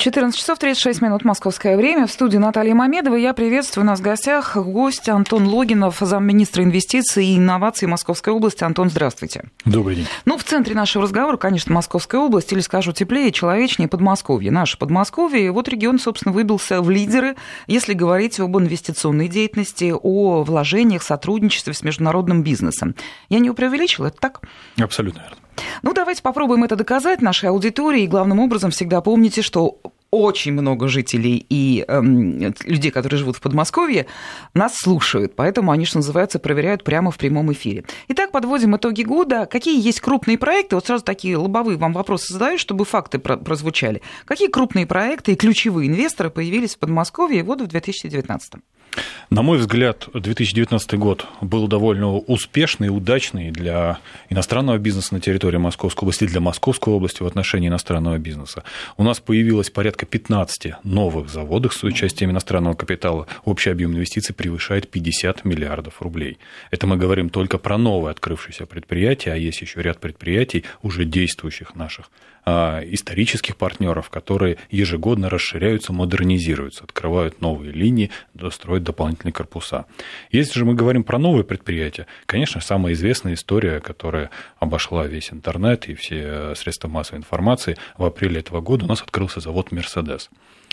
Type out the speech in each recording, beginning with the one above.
14 часов 36 минут московское время. В студии Наталья Мамедова. Я приветствую. У нас в гостях гость Антон Логинов, замминистра инвестиций и инноваций Московской области. Антон, здравствуйте. Добрый день. В центре нашего разговора, конечно, Московская область, или, скажу теплее, человечнее, Подмосковье. Наше Подмосковье. Вот регион, собственно, выбился в лидеры, если говорить об инвестиционной деятельности, о вложениях, сотрудничестве с международным бизнесом. Я не преувеличила, это так? Абсолютно верно. Давайте попробуем это доказать нашей аудитории. И главным образом всегда помните, что очень много жителей и людей, которые живут в Подмосковье, нас слушают. Поэтому они, что называется, проверяют прямо в прямом эфире. Итак, подводим итоги года. Какие есть крупные проекты? Вот сразу такие лобовые вам вопросы задаю, чтобы факты прозвучали. Какие крупные проекты и ключевые инвесторы появились в Подмосковье в 2019? На мой взгляд, 2019 год был довольно успешный и удачный для иностранного бизнеса на территории Московской области, для Московской области в отношении иностранного бизнеса. У нас появилось порядка 15 новых заводов с участием иностранного капитала. Общий объем инвестиций превышает 50 миллиардов рублей. Это мы говорим только про новые открывшиеся предприятия, а есть еще ряд предприятий, уже действующих наших исторических партнеров, которые ежегодно расширяются, модернизируются, открывают новые линии, строят дополнительные корпуса. Если же мы говорим про новые предприятия, конечно, самая известная история, которая обошла весь интернет и все средства массовой информации, в апреле этого года у нас открылся завод «Мерседес».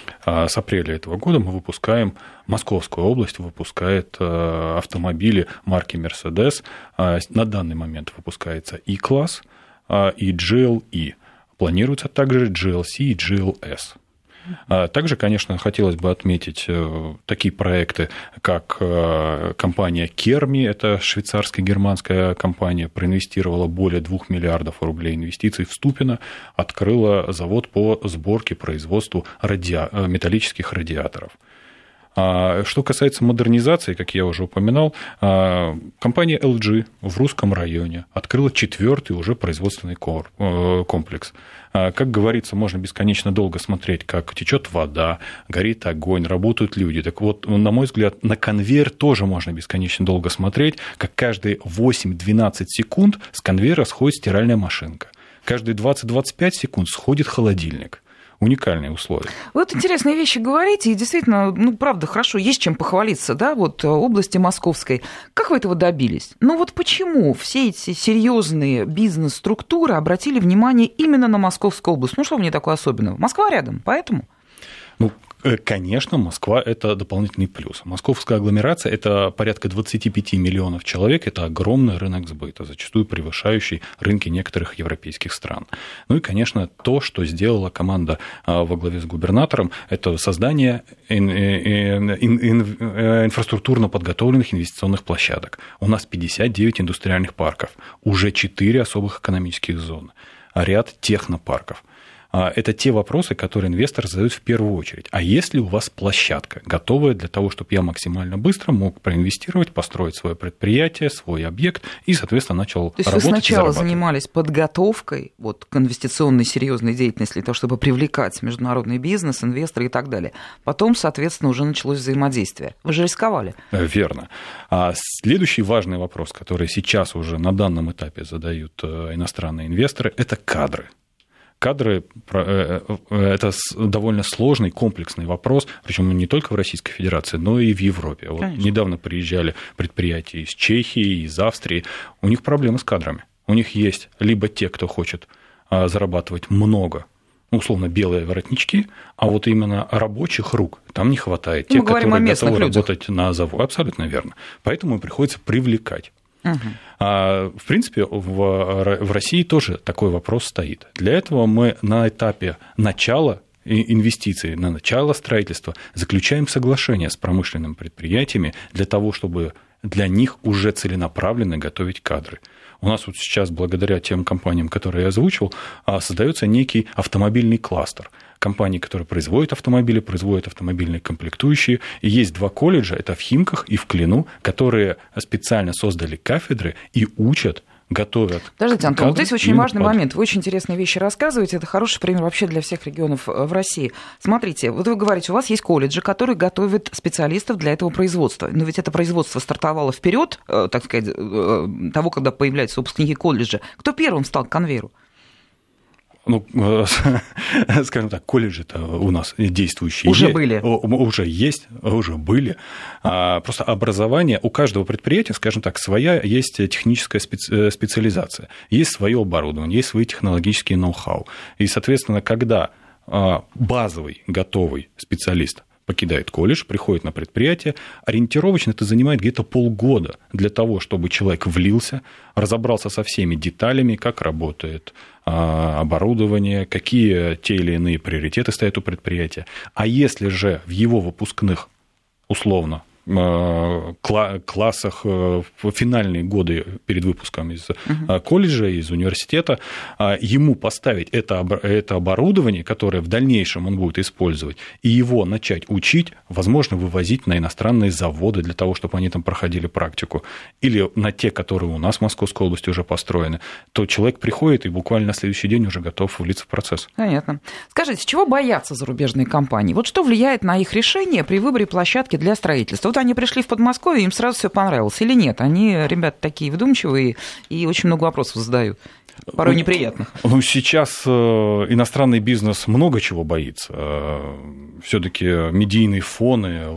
С апреля этого года мы выпускаем, Московская область выпускает автомобили марки «Мерседес». На данный момент выпускается E-класс и GLE. Планируется также GLC и GLS. Также, конечно, хотелось бы отметить такие проекты, как компания Керми, это швейцарско-германская компания, проинвестировала более 2 миллиардов рублей инвестиций в Ступино, открыла завод по сборке, производству металлических радиаторов. Что касается модернизации, как я уже упоминал, компания LG в Русском районе открыла 4-й уже производственный комплекс. Как говорится, можно бесконечно долго смотреть, как течет вода, горит огонь, работают люди. Так вот, на мой взгляд, на конвейер тоже можно бесконечно долго смотреть, как каждые 8-12 секунд с конвейера сходит стиральная машинка. Каждые 20-25 секунд сходит холодильник. Уникальные условия. Вот интересные вещи говорите, и действительно, правда, хорошо, есть чем похвалиться, да, области Московской. Как вы этого добились? Почему все эти серьезные бизнес-структуры обратили внимание именно на Московскую область? Что в ней такое особенного? Москва рядом, поэтому? Конечно, Москва – это дополнительный плюс. Московская агломерация – это порядка 25 миллионов человек, это огромный рынок сбыта, зачастую превышающий рынки некоторых европейских стран. И, конечно, то, что сделала команда во главе с губернатором, это создание инфраструктурно подготовленных инвестиционных площадок. У нас 59 индустриальных парков, уже 4 особых экономических зоны, ряд технопарков. Это те вопросы, которые инвестор задает в первую очередь. А есть ли у вас площадка, готовая для того, чтобы я максимально быстро мог проинвестировать, построить свое предприятие, свой объект и, соответственно, начал работать и зарабатывать? То есть вы сначала занимались подготовкой к инвестиционной серьезной деятельности для того, чтобы привлекать международный бизнес, инвесторы и так далее. Потом, соответственно, уже началось взаимодействие. Вы же рисковали. Верно. Следующий важный вопрос, который сейчас уже на данном этапе задают иностранные инвесторы, это кадры. Кадры – это довольно сложный, комплексный вопрос, причем не только в Российской Федерации, но и в Европе. Недавно приезжали предприятия из Чехии, из Австрии. У них проблемы с кадрами. У них есть либо те, кто хочет зарабатывать много, условно белые воротнички, а вот именно рабочих рук там не хватает. Те, которые готовы работать на заводе. Абсолютно верно. Поэтому приходится привлекать. В принципе, в России тоже такой вопрос стоит. Для этого мы на этапе начала инвестиций, на начало строительства заключаем соглашение с промышленными предприятиями для того, чтобы для них уже целенаправленно готовить кадры. У нас сейчас, благодаря тем компаниям, которые я озвучил, создается некий автомобильный кластер. Компании, которые производят автомобили, производят автомобильные комплектующие. И есть 2 колледжа, это в Химках и в Клину, которые специально создали кафедры и учат, готовят. Подождите, Антон, вот здесь очень важный момент. Вы очень интересные вещи рассказываете. Это хороший пример вообще для всех регионов в России. Смотрите, вот вы говорите, у вас есть колледжи, которые готовят специалистов для этого производства. Но ведь это производство стартовало вперед, так сказать, того, когда появляются выпускники колледжа. Кто первым встал к конвейеру? Скажем так, колледжи-то у нас действующие. Уже были. Уже есть, уже были. Просто образование у каждого предприятия, скажем так, своя есть техническая специализация. Есть свое оборудование, есть свои технологические ноу-хау. И, соответственно, когда базовый, готовый специалист покидает колледж, приходит на предприятие, ориентировочно это занимает где-то полгода для того, чтобы человек влился, разобрался со всеми деталями, как работает оборудование, какие те или иные приоритеты стоят у предприятия. А если же в его выпускных, условно, классах в финальные годы перед выпуском из колледжа, из университета, ему поставить это оборудование, которое в дальнейшем он будет использовать, и его начать учить, возможно, вывозить на иностранные заводы для того, чтобы они там проходили практику, или на те, которые у нас в Московской области уже построены, то человек приходит и буквально на следующий день уже готов влиться в процесс. Понятно. Скажите, чего боятся зарубежные компании? Вот что влияет на их решение при выборе площадки для строительства? Вот они пришли в Подмосковье, им сразу все понравилось или нет? Они, ребята, такие вдумчивые и очень много вопросов задают, порой неприятных. Сейчас иностранный бизнес много чего боится. Все-таки медийные фоны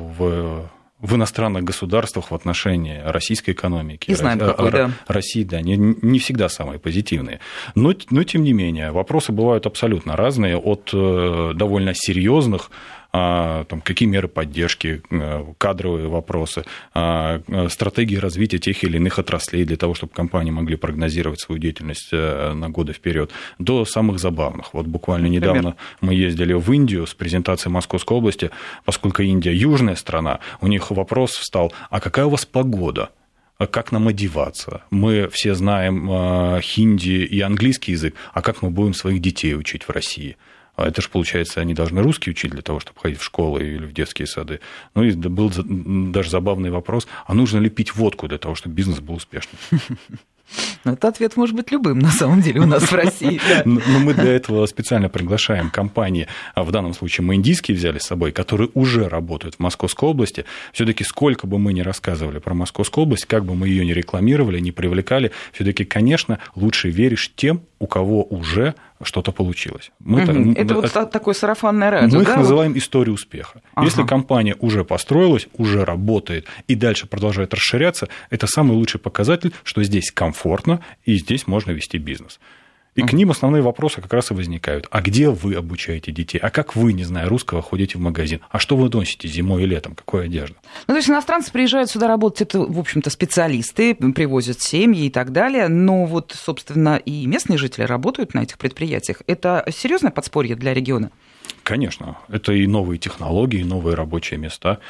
в иностранных государствах в отношении российской экономики. И знаем, какой, да. России, да, не всегда самые позитивные. Но, тем не менее, вопросы бывают абсолютно разные, от довольно серьезных, какие меры поддержки, кадровые вопросы, стратегии развития тех или иных отраслей для того, чтобы компании могли прогнозировать свою деятельность на годы вперед, до самых забавных. Вот буквально недавно мы ездили в Индию с презентацией Московской области, поскольку Индия южная страна, у них вопрос встал: а какая у вас погода? Как нам одеваться? Мы все знаем хинди и английский язык, а как мы будем своих детей учить в России? Это же, получается, они должны русский учить для того, чтобы ходить в школы или в детские сады. Ну, и был даже забавный вопрос: а нужно ли пить водку для того, чтобы бизнес был успешным? Этот ответ может быть любым, на самом деле, у нас в России. Но мы для этого специально приглашаем компании, в данном случае мы индийские взяли с собой, которые уже работают в Московской области. Все-таки сколько бы мы ни рассказывали про Московскую область, как бы мы ее ни рекламировали, ни привлекали, все-таки, конечно, лучше веришь тем, у кого уже что-то получилось. Это вот такое сарафанное радио, мы их называем историей успеха. Если компания уже построилась, уже работает и дальше продолжает расширяться, это самый лучший показатель, что здесь комфортно и здесь можно вести бизнес. И к ним основные вопросы как раз и возникают. А где вы обучаете детей? А как вы, не зная русского, ходите в магазин? А что вы носите зимой и летом? Какую одежду? Ну, то есть иностранцы приезжают сюда работать, это, в общем-то, специалисты, привозят семьи и так далее, но вот, собственно, и местные жители работают на этих предприятиях. Это серьезное подспорье для региона? Конечно. Это и новые технологии, и новые рабочие места,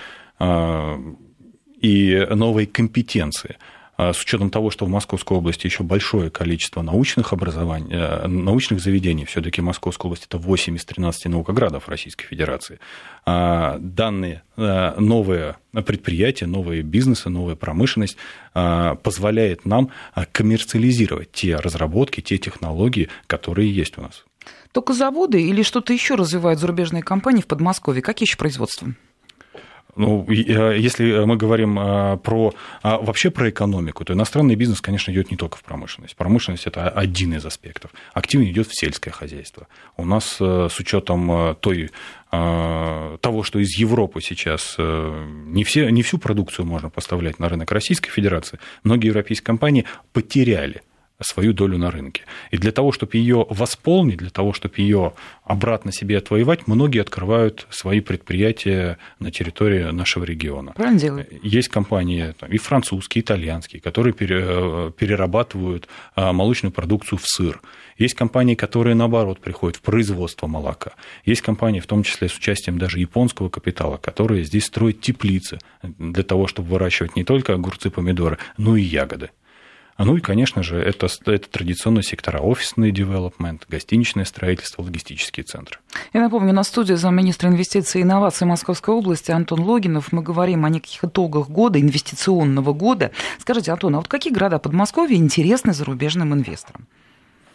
и новые компетенции. С учетом того, что в Московской области еще большое количество научных заведений, все-таки Московская область это 8 из 13 наукоградов Российской Федерации. Данные новые предприятия, новые бизнесы, новая промышленность позволяет нам коммерциализировать те разработки, те технологии, которые есть у нас. Только заводы или что-то еще развивают зарубежные компании в Подмосковье? Какие еще производства? Ну, если мы говорим вообще про экономику, то иностранный бизнес, конечно, идет не только в промышленность. Промышленность – это один из аспектов. Активно идет в сельское хозяйство. У нас с учетом того, что из Европы сейчас не всю продукцию можно поставлять на рынок Российской Федерации, многие европейские компании потеряли свою долю на рынке. И для того, чтобы ее восполнить, для того, чтобы ее обратно себе отвоевать, многие открывают свои предприятия на территории нашего региона. Правильно делают. Есть компании и французские, и итальянские, которые перерабатывают молочную продукцию в сыр. Есть компании, которые, наоборот, приходят в производство молока. Есть компании, в том числе с участием даже японского капитала, которые здесь строят теплицы для того, чтобы выращивать не только огурцы, помидоры, но и ягоды. Ну и, конечно же, это традиционные сектора: офисный девелопмент, гостиничное строительство, логистические центры. Я напомню, на студии замминистра инвестиций и инноваций Московской области Антон Логинов. Мы говорим о неких итогах года, инвестиционного года. Скажите, Антон, а вот какие города Подмосковья интересны зарубежным инвесторам?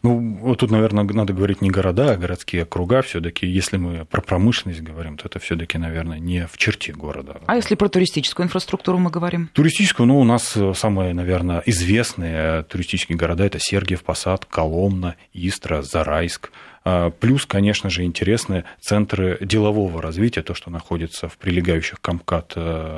Ну, тут, наверное, надо говорить не города, а городские округа. Все-таки, если мы про промышленность говорим, то это все-таки, наверное, не в черте города. А если про туристическую инфраструктуру мы говорим? Туристическую, ну, у нас самые, наверное, известные туристические города – это Сергиев Посад, Коломна, Истра, Зарайск. Плюс, конечно же, интересны центры делового развития, то, что находится в прилегающих к МКАД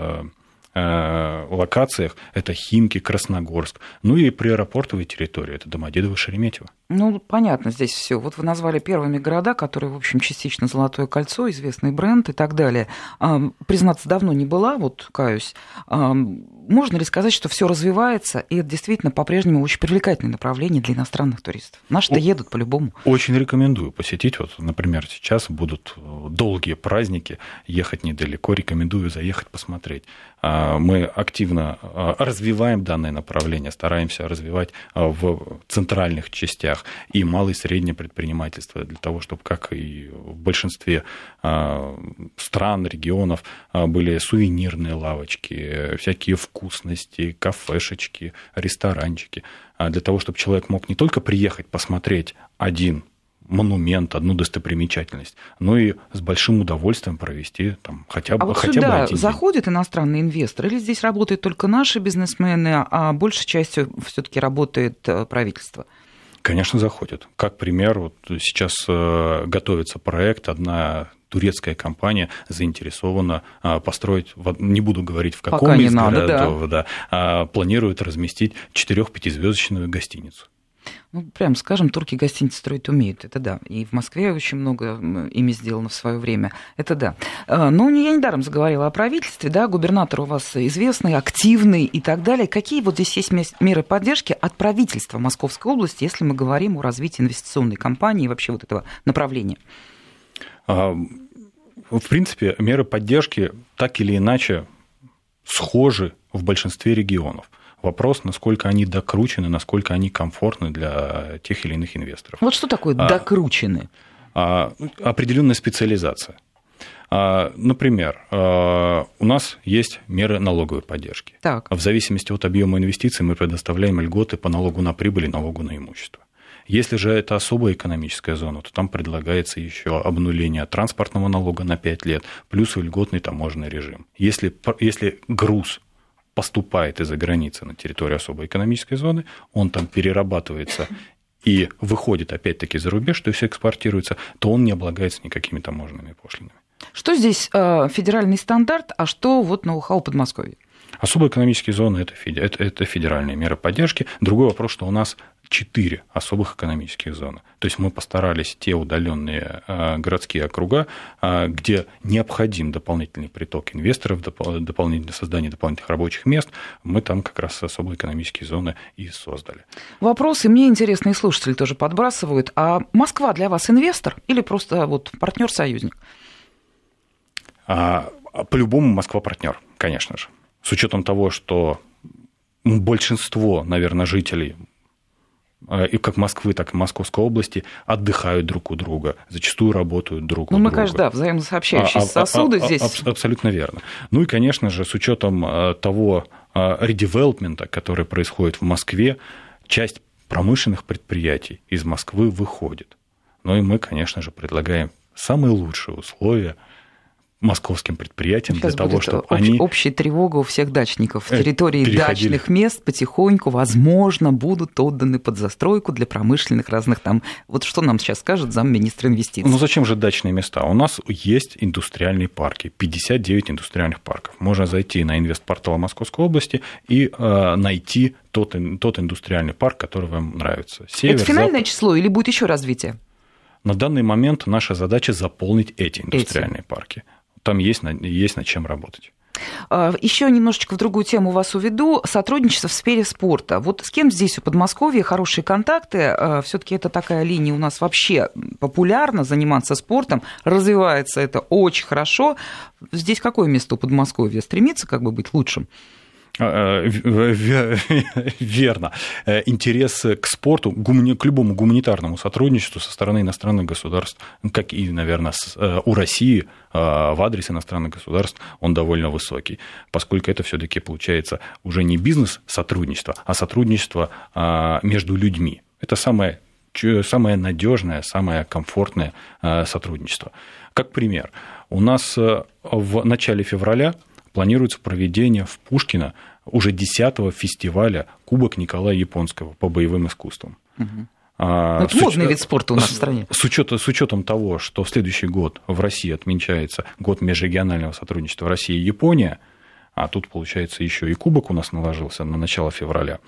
локациях, это Химки, Красногорск, ну и приаэропортовые территории, это Домодедово, Шереметьево. Ну, понятно здесь все. Вот вы назвали первыми города, которые, в общем, частично Золотое кольцо, известный бренд и так далее. Признаться, давно не была, вот каюсь. Можно ли сказать, что все развивается, и это действительно по-прежнему очень привлекательное направление для иностранных туристов? Наши-то едут по-любому. Очень рекомендую посетить. Вот, например, сейчас будут долгие праздники, ехать недалеко, рекомендую заехать посмотреть. Мы активно развиваем данное направление, стараемся развивать в центральных частях и малое и среднее предпринимательство для того, чтобы, как и в большинстве стран, регионов, были сувенирные лавочки, всякие вкусности, кафешечки, ресторанчики, для того, чтобы человек мог не только приехать посмотреть один монумент, одну достопримечательность, но и с большим удовольствием провести там хотя бы вот один сюда день. Заходят иностранные инвесторы, или здесь работают только наши бизнесмены, а большей частью все-таки работает правительство? Конечно, заходят. Как пример, вот сейчас готовится проект, одна турецкая компания заинтересована построить, не буду говорить в каком из городов, да, планирует разместить 4-5-звездочную гостиницу. Ну, прям скажем, турки гостиницы строить умеют, это да. И в Москве очень много ими сделано в свое время, это да. Но я недаром заговорила о правительстве, да, губернатор у вас известный, активный и так далее. Какие вот здесь есть меры поддержки от правительства Московской области, если мы говорим о развитии инвестиционной кампании и вообще вот этого направления? В принципе, меры поддержки так или иначе схожи в большинстве регионов. Вопрос, насколько они докручены, насколько они комфортны для тех или иных инвесторов. Вот что такое докручены? Определенная специализация. Например, у нас есть меры налоговой поддержки. Так. В зависимости от объема инвестиций мы предоставляем льготы по налогу на прибыль и налогу на имущество. Если же это особая экономическая зона, то там предлагается еще обнуление транспортного налога на 5 лет, плюс и льготный таможенный режим. Если груз поступает из-за границы на территорию особой экономической зоны, он там перерабатывается и выходит опять-таки за рубеж, то есть экспортируется, то он не облагается никакими таможенными пошлинами. Что здесь федеральный стандарт, а что вот ноу-хау Подмосковья? Особые экономические зоны – это федеральные меры поддержки. Другой вопрос, что у нас 4 особых экономических зоны. То есть мы постарались те удаленные городские округа, где необходим дополнительный приток инвесторов, дополнительное создание дополнительных рабочих мест, мы там как раз особые экономические зоны и создали. Вопросы мне интересные слушатели тоже подбрасывают. А Москва для вас инвестор или просто вот партнер-союзник? По-любому Москва партнер, конечно же. С учетом того, что большинство, наверное, жителей и как Москвы, так и Московской области отдыхают друг у друга, зачастую работают друг у друга. Ну, мы, конечно, да, взаимосообщающиеся сосуды здесь. Абсолютно верно. Ну и, конечно же, с учетом того редевелопмента, который происходит в Москве, часть промышленных предприятий из Москвы выходит. Ну и мы, конечно же, предлагаем самые лучшие условия московским предприятиям сейчас для того, чтобы они... Общая тревога у всех дачников. Территории дачных мест потихоньку, возможно, будут отданы под застройку для промышленных разных там... Вот что нам сейчас скажет замминистра инвестиций? Ну зачем же дачные места? У нас есть индустриальные парки, 59 индустриальных парков. Можно зайти на инвестпортал Московской области и найти тот индустриальный парк, который вам нравится. Север, это финальное число или будет еще развитие? На данный момент наша задача заполнить эти индустриальные парки. Там есть над чем работать. Еще немножечко в другую тему вас уведу. Сотрудничество в сфере спорта. Вот с кем здесь у Подмосковья хорошие контакты? Все-таки это такая линия у нас вообще популярна, заниматься спортом. Развивается это очень хорошо. Здесь какое место у Подмосковья? Стремится как бы быть лучшим? Верно. Интерес к спорту, к любому гуманитарному сотрудничеству со стороны иностранных государств, как и, наверное, у России в адрес иностранных государств, он довольно высокий, поскольку это все-таки получается уже не бизнес-сотрудничество, а сотрудничество между людьми. Это самое самое надежное, самое комфортное сотрудничество. Как пример, у нас в начале февраля планируется проведение в Пушкино уже 10-го фестиваля «Кубок Николая Японского» по боевым искусствам. Это модный вид спорта у нас в стране. С учетом того, что в следующий год в России отмечается год межрегионального сотрудничества России и Япония, а тут, получается, еще и кубок у нас наложился на начало февраля,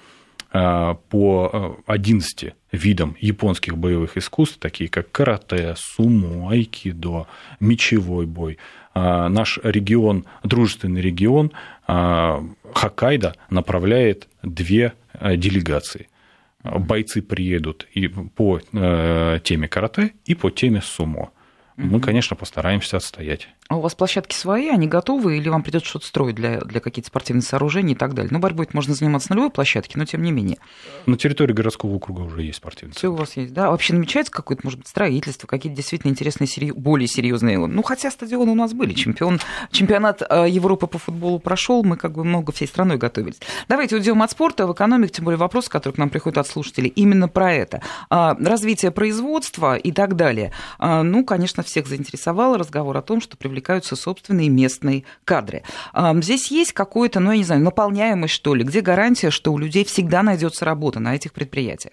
по 11 видам японских боевых искусств, такие как карате, сумо, айкидо, мечевой бой. Наш регион, дружественный регион Хоккайдо направляет 2 делегации. Бойцы приедут и по теме карате, и по теме сумо. Мы, конечно, постараемся отстоять. А у вас площадки свои, они готовы, или вам придется что-то строить для каких-то спортивных сооружений и так далее? Ну, борьбой можно заниматься на любой площадке, но тем не менее. На территории городского округа уже есть спортивные. Все у вас есть, да? Вообще намечается какое-то, может быть, строительство, какие-то действительно интересные, более серьезные. Ну, хотя стадионы у нас были. Чемпионат Европы по футболу прошел, мы как бы много всей страной готовились. Давайте уйдем от спорта в экономику, тем более вопросы, которые к нам приходят от слушателей, именно про это. Развитие производства и так далее. Ну, конечно, всех заинтересовал разговор о том, что привлекаются собственные местные кадры. Здесь есть какое-то, ну, я не знаю, наполняемость, что ли, где гарантия, что у людей всегда найдется работа на этих предприятиях?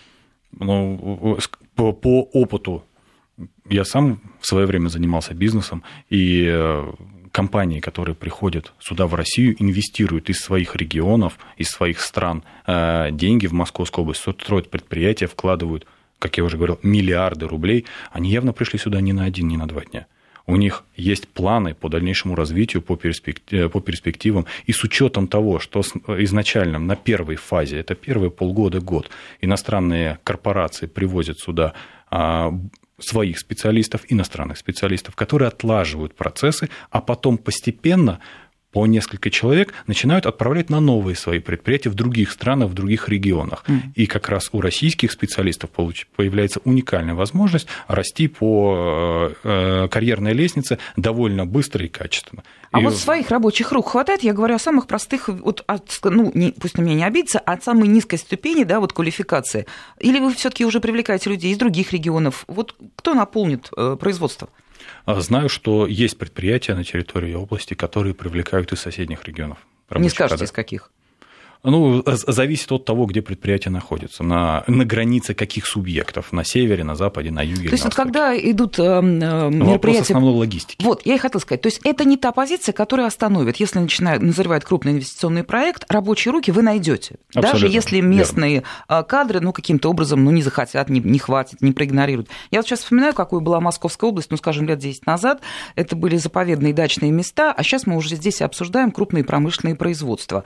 Ну, по опыту, я сам в свое время занимался бизнесом, и компании, которые приходят сюда, в Россию, инвестируют из своих регионов, из своих стран деньги в Московскую область, строят предприятия, вкладывают, как я уже говорил, миллиарды рублей, они явно пришли сюда не на 1, не на 2 дня. У них есть планы по дальнейшему развитию, по перспективам. И с учетом того, что изначально на первой фазе, это первые полгода-год, иностранные корпорации привозят сюда своих специалистов, иностранных специалистов, которые отлаживают процессы, а потом постепенно по несколько человек начинают отправлять на новые свои предприятия в других странах, в других регионах. И как раз у российских специалистов появляется уникальная возможность расти по карьерной лестнице довольно быстро и качественно. А вот своих рабочих рук хватает? Я говорю о самых простых, вот пусть на меня не обидится, от самой низкой ступени, да, вот квалификации. Или вы все-таки уже привлекаете людей из других регионов? Вот кто наполнит производство? Знаю, что есть предприятия на территории области, которые привлекают из соседних регионов. Не скажете, из каких? Ну, зависит от того, где предприятие находится, на границе каких субъектов, на севере, на западе, на юге. То есть, вот когда идут мероприятия... Вопрос основной логистики. Вот, я и хотела сказать, то есть это не та позиция, которая остановит. Если назревает крупный инвестиционный проект, рабочие руки вы найдете. Даже если местные кадры, каким-то образом, не захотят, не хватит, не проигнорируют. Я вот сейчас вспоминаю, какой была Московская область, скажем, лет 10 назад. Это были заповедные дачные места, а сейчас мы уже здесь обсуждаем крупные промышленные производства.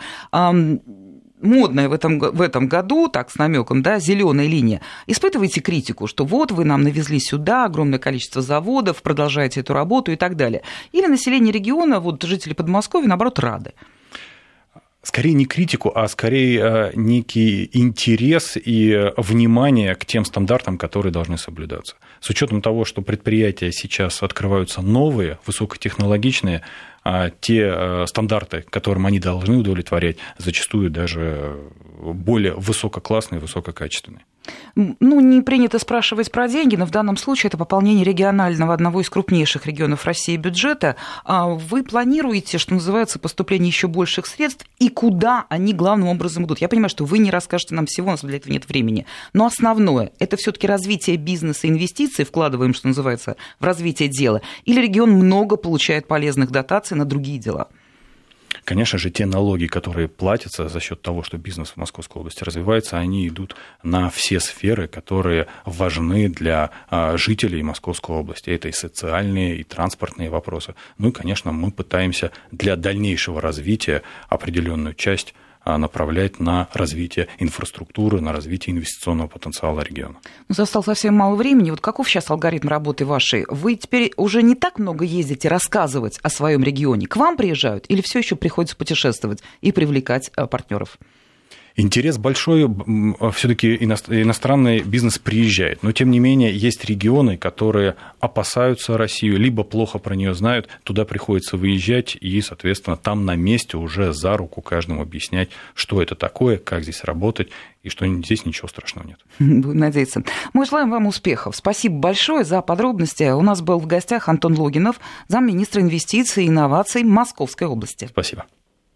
Модная в этом году, так, с намеком, да, зеленая линия. Испытываете критику, что вот вы нам навезли сюда огромное количество заводов, продолжаете эту работу и так далее. Или население региона, вот жители Подмосковья, наоборот, рады? Скорее не критику, а скорее некий интерес и внимание к тем стандартам, которые должны соблюдаться. С учетом того, что предприятия сейчас открываются новые, высокотехнологичные, те стандарты, которым они должны удовлетворять, зачастую даже более высококлассные, высококачественные. Не принято спрашивать про деньги, но в данном случае это пополнение регионального, одного из крупнейших регионов России бюджета. Вы планируете, что называется, поступление еще больших средств, и куда они главным образом идут? Я понимаю, что вы не расскажете нам всего, у нас для этого нет времени, но основное – это все-таки развитие бизнеса, инвестиций, вкладываем, что называется, в развитие дела, или регион много получает полезных дотаций на другие дела? Конечно же, те налоги, которые платятся за счет того, что бизнес в Московской области развивается, они идут на все сферы, которые важны для жителей Московской области. Это и социальные, и транспортные вопросы. Ну и, конечно, мы пытаемся для дальнейшего развития определенную часть направлять на развитие инфраструктуры, на развитие инвестиционного потенциала региона. У нас осталось совсем мало времени. Вот каков сейчас алгоритм работы вашей? Вы теперь уже не так много ездите рассказывать о своем регионе? К вам приезжают или все еще приходится путешествовать и привлекать партнеров? Интерес большой, все-таки иностранный бизнес приезжает, но тем не менее есть регионы, которые опасаются Россию, либо плохо про нее знают, туда приходится выезжать и, соответственно, там на месте уже за руку каждому объяснять, что это такое, как здесь работать, и что здесь ничего страшного нет. Будем надеяться. Мы желаем вам успехов. Спасибо большое за подробности. У нас был в гостях Антон Логинов, замминистра инвестиций и инноваций Московской области. Спасибо.